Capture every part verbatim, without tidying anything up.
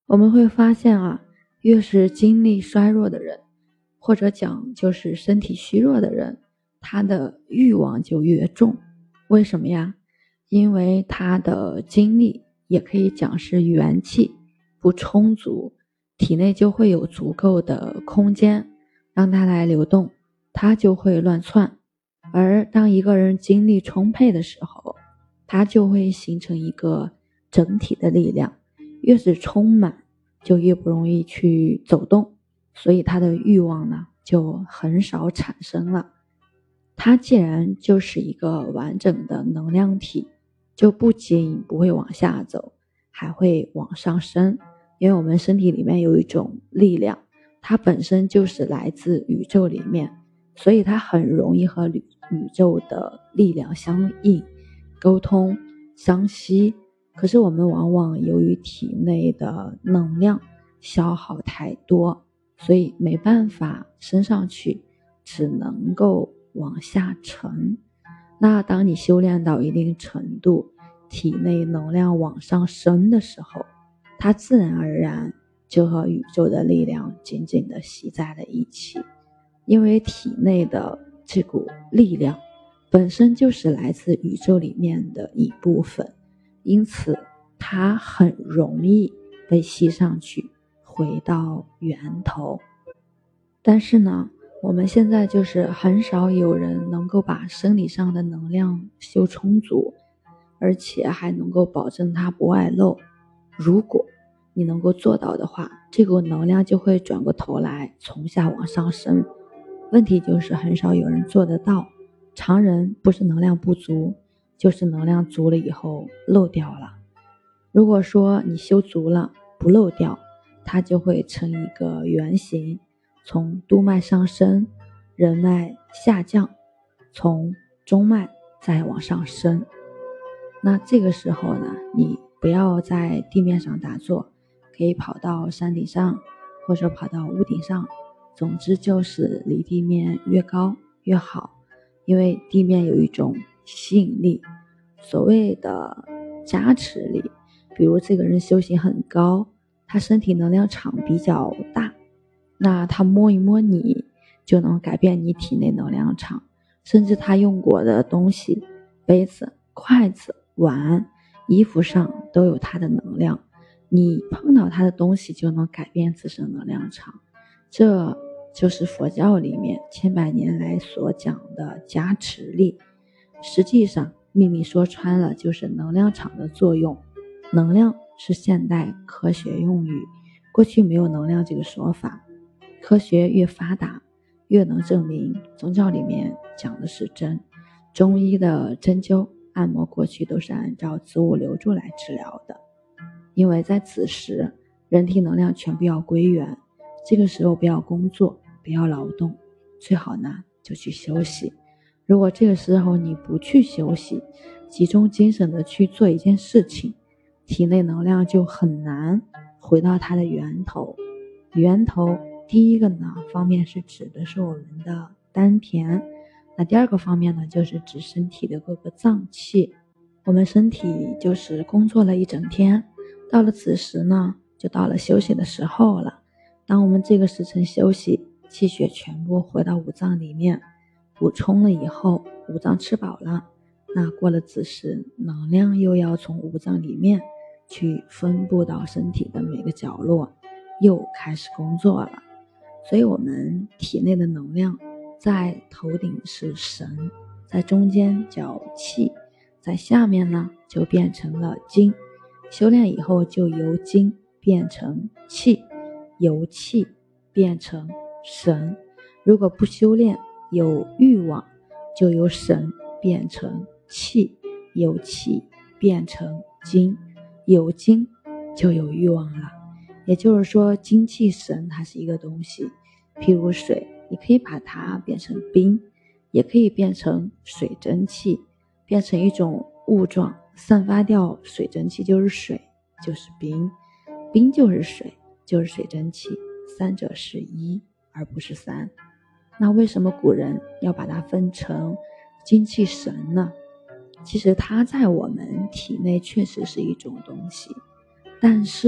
我们会发现啊，越是精力衰弱的人，或者讲就是身体虚弱的人，他的欲望就越重。为什么呀？因为他的精力也可以讲是元气不充足，体内就会有足够的空间让它来流动，它就会乱窜。而当一个人精力充沛的时候，它就会形成一个整体的力量，越是充满就越不容易去走动，所以他的欲望呢就很少产生了。它既然就是一个完整的能量体，就不仅不会往下走，还会往上升。因为我们身体里面有一种力量，它本身就是来自宇宙里面，所以它很容易和宇宙的力量相应、沟通、相吸。可是我们往往由于体内的能量消耗太多，所以没办法升上去，只能够往下沉。那当你修炼到一定程度，体内能量往上升的时候，它自然而然就和宇宙的力量紧紧地吸在了一起。因为体内的这股力量本身就是来自宇宙里面的一部分，因此它很容易被吸上去，回到源头。但是呢，我们现在就是很少有人能够把生理上的能量修充足，而且还能够保证它不外漏。如果你能够做到的话，这股能量就会转过头来从下往上升。问题就是很少有人做得到，常人不是能量不足，就是能量足了以后漏掉了。如果说你修足了不漏掉，它就会成一个圆形，从督脉上升，人脉下降，从中脉再往上升。那这个时候呢，你不要在地面上打坐，可以跑到山顶上，或者跑到屋顶上，总之就是离地面越高越好，因为地面有一种吸引力，所谓的加持力。比如这个人修行很高，他身体能量场比较大，那他摸一摸你就能改变你体内能量场，甚至他用过的东西，杯子、筷子、碗、衣服上都有它的能量，你碰到它的东西就能改变自身能量场。这就是佛教里面千百年来所讲的加持力。实际上秘密说穿了就是能量场的作用。能量是现代科学用语，过去没有能量这个说法。科学越发达，越能证明宗教里面讲的是真。中医的针灸、按摩过去都是按照子午流注来治疗的，因为在此时人体能量全部要归元，这个时候不要工作，不要劳动，最好呢就去休息。如果这个时候你不去休息，集中精神的去做一件事情，体内能量就很难回到它的源头。源头第一个呢方面是指的是我们的丹田，那第二个方面呢就是指身体的各个脏器。我们身体就是工作了一整天，到了此时呢就到了休息的时候了。当我们这个时辰休息，气血全部回到五脏里面，补充了以后，五脏吃饱了，那过了此时，能量又要从五脏里面去分布到身体的每个角落，又开始工作了。所以我们体内的能量在头顶是神，在中间叫气，在下面呢就变成了精。修炼以后就由精变成气，由气变成神。如果不修炼，有欲望，就由神变成气，由气变成精，有精就有欲望了。也就是说，精气神它是一个东西，譬如水，你可以把它变成冰，也可以变成水蒸气，变成一种物状，散发掉水蒸气就是水，就是冰，冰就是水，就是水蒸气，三者是一而不是三。那为什么古人要把它分成精气神呢？其实它在我们体内确实是一种东西，但是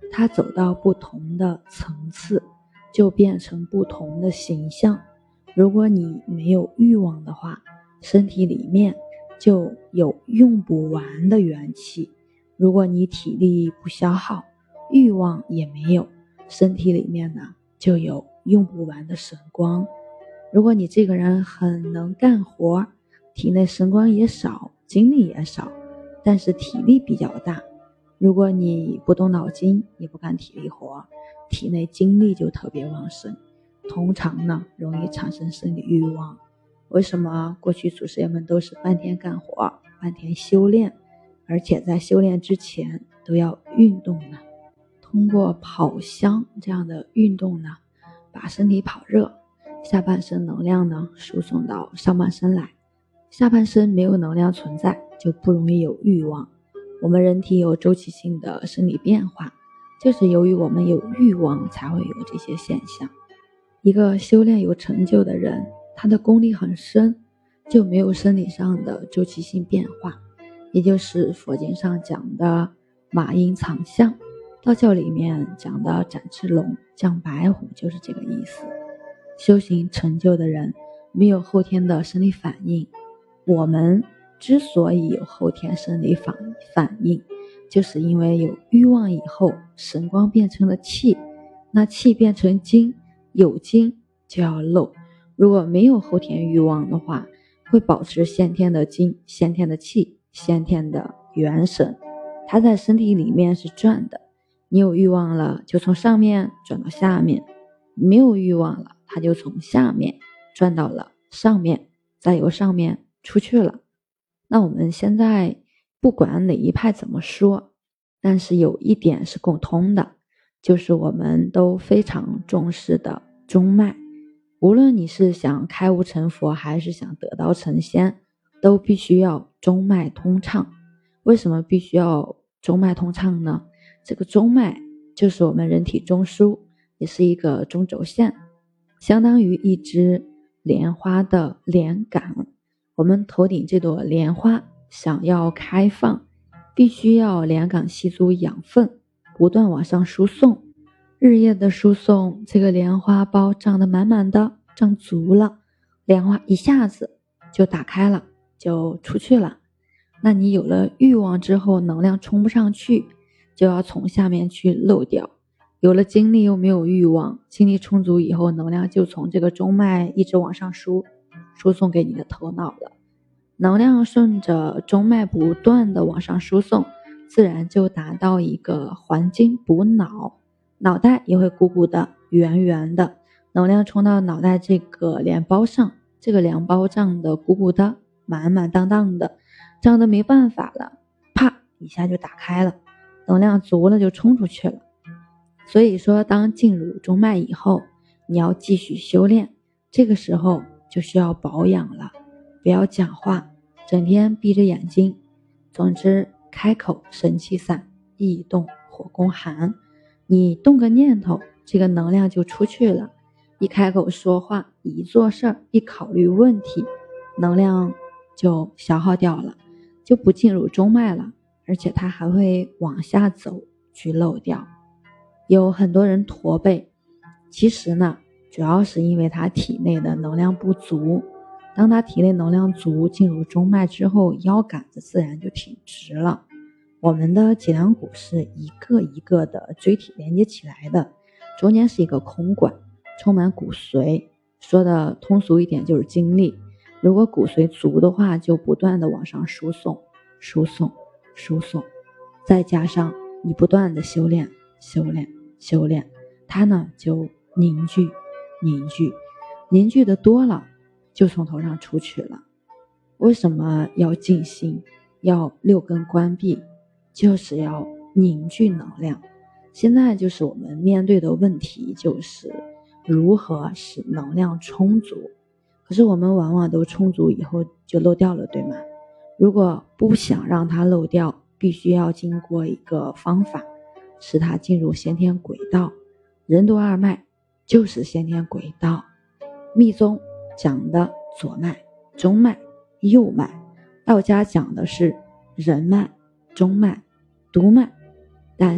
它走到不同的层次，就变成不同的形象。如果你没有欲望的话，身体里面就有用不完的元气。如果你体力不消耗，欲望也没有，身体里面呢就有用不完的神光。如果你这个人很能干活，体内神光也少，精力也少，但是体力比较大，如果你不动脑筋也不干体力活，体内精力就特别旺盛，通常呢容易产生生理欲望。为什么过去祖师爷们都是半天干活半天修炼，而且在修炼之前都要运动呢？通过跑香这样的运动呢，把身体跑热，下半身能量呢输送到上半身来。下半身没有能量存在，就不容易有欲望。我们人体有周期性的生理变化，就是由于我们有欲望才会有这些现象。一个修炼有成就的人，他的功力很深，就没有生理上的周期性变化，也就是佛经上讲的马阴藏象，道教里面讲的展翅龙降白虎，就是这个意思。修行成就的人没有后天的生理反应，我们之所以有后天生理反反应，就是因为有欲望以后，神光变成了气，那气变成精，有精就要漏。如果没有后天欲望的话，会保持先天的精、先天的气、先天的元神，它在身体里面是转的。你有欲望了，就从上面转到下面；没有欲望了，它就从下面转到了上面，再由上面出去了。那我们现在不管哪一派怎么说，但是有一点是共通的，就是我们都非常重视的中脉。无论你是想开悟成佛还是想得道成仙，都必须要中脉通畅。为什么必须要中脉通畅呢？这个中脉就是我们人体中枢，也是一个中轴线，相当于一支莲花的莲杆。我们头顶这朵莲花想要开放，必须要莲杆吸足养分，不断往上输送。日夜的输送，这个莲花苞胀得满满的，胀足了，莲花一下子就打开了，就出去了。那你有了欲望之后，能量冲不上去，就要从下面去漏掉。有了精力又没有欲望，精力充足以后，能量就从这个中脉一直往上输，输送给你的头脑了。能量顺着中脉不断的往上输送，自然就达到一个还精补脑，脑袋也会鼓鼓的圆圆的，能量冲到脑袋这个连包上，这个连包胀的鼓鼓的满满当当的，胀得没办法了，啪一下就打开了，能量足了就冲出去了。所以说当进入中脉以后，你要继续修炼，这个时候就需要保养了，不要讲话，整天闭着眼睛。总之开口神气散，意动火攻寒，你动个念头，这个能量就出去了。一开口说话，一做事儿，一考虑问题，能量就消耗掉了，就不进入中脉了，而且它还会往下走去漏掉。有很多人驼背，其实呢主要是因为他体内的能量不足。当他体内能量足，进入中脉之后，腰杆子自然就挺直了。我们的脊梁骨是一个一个的椎体连接起来的，中间是一个空管，充满骨髓，说的通俗一点就是精力。如果骨髓足的话，就不断的往上输送输送输送，再加上你不断的修炼修炼修炼，它呢就凝聚凝聚凝聚的多了，就从头上出去了。为什么要静心，要六根关闭，就是要凝聚能量。现在就是我们面对的问题，就是如何使能量充足。可是我们往往都充足以后就漏掉了，对吗？如果不想让它漏掉，必须要经过一个方法，使它进入先天轨道。任督二脉就是先天轨道，密宗讲的左脉、中脉、右脉，道家讲的是人脉、中脉、督脉。但是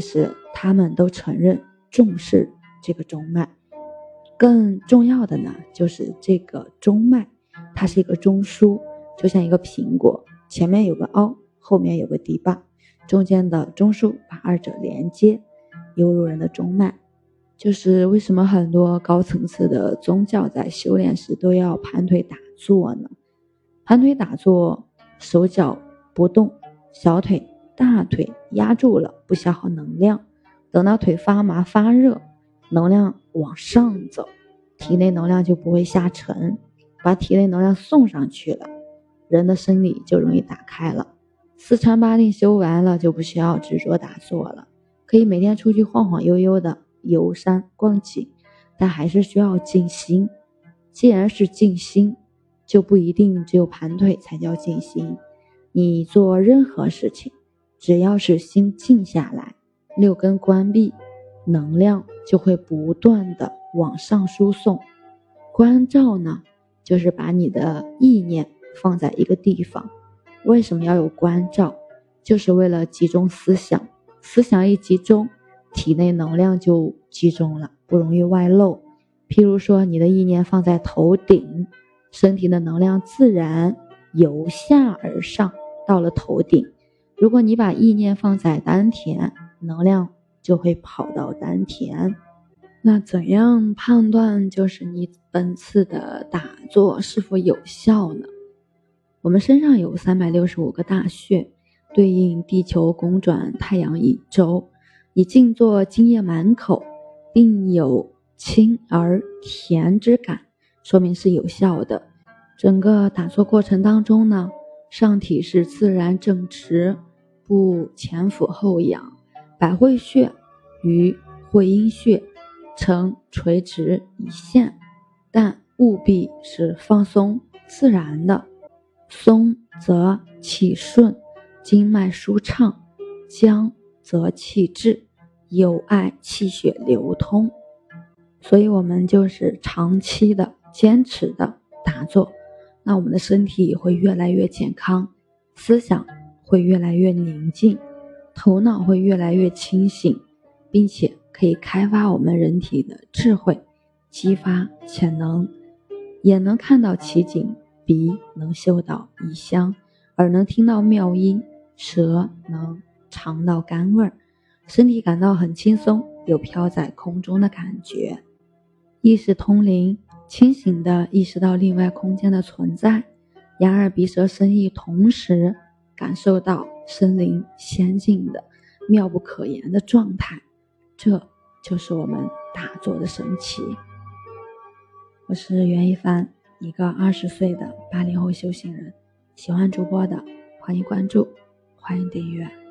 他们都承认重视这个中脉。更重要的呢，就是这个中脉它是一个中枢，就像一个苹果，前面有个凹，后面有个堤坝，中间的中枢把二者连接，犹如人的中脉。就是为什么很多高层次的宗教在修炼时都要盘腿打坐呢？盘腿打坐，手脚不动，小腿大腿压住了，不消耗能量，等到腿发麻发热，能量往上走，体内能量就不会下沉，把体内能量送上去了，人的生理就容易打开了。四禅八定修完了，就不需要执着打坐了，可以每天出去晃晃悠悠的游山逛景，但还是需要静心。既然是静心，就不一定只有盘腿才叫静心。你做任何事情，只要是心静下来，六根关闭，能量就会不断的往上输送。关照呢，就是把你的意念放在一个地方。为什么要有关照？就是为了集中思想，思想一集中，体内能量就集中了，不容易外漏。譬如说你的意念放在头顶，身体的能量自然由下而上到了头顶。如果你把意念放在丹田，能量就会跑到丹田。那怎样判断就是你本次的打坐是否有效呢？我们身上有三百六十五个大穴，对应地球公转太阳一周。你静坐津液满口，并有清而甜之感，说明是有效的。整个打坐过程当中呢，上体是自然正直，不前俯后仰，百会穴与会阴穴呈垂直一线，但务必是放松自然的，松则气顺，经脉舒畅，僵则气滞，有碍气血流通。所以我们就是长期的坚持的打坐，那我们的身体会越来越健康，思想会越来越宁静，头脑会越来越清醒，并且可以开发我们人体的智慧，激发潜能，眼能看到奇景，鼻能嗅到异香，耳能听到妙音，舌能尝到甘味，身体感到很轻松，有飘在空中的感觉。意识通灵，清醒地意识到另外空间的存在，眼耳鼻舌身意同时感受到身灵仙境的妙不可言的状态，这就是我们打坐的神奇。我是袁一帆，一个二十岁的八零后修行人，喜欢主播的欢迎关注，欢迎订阅。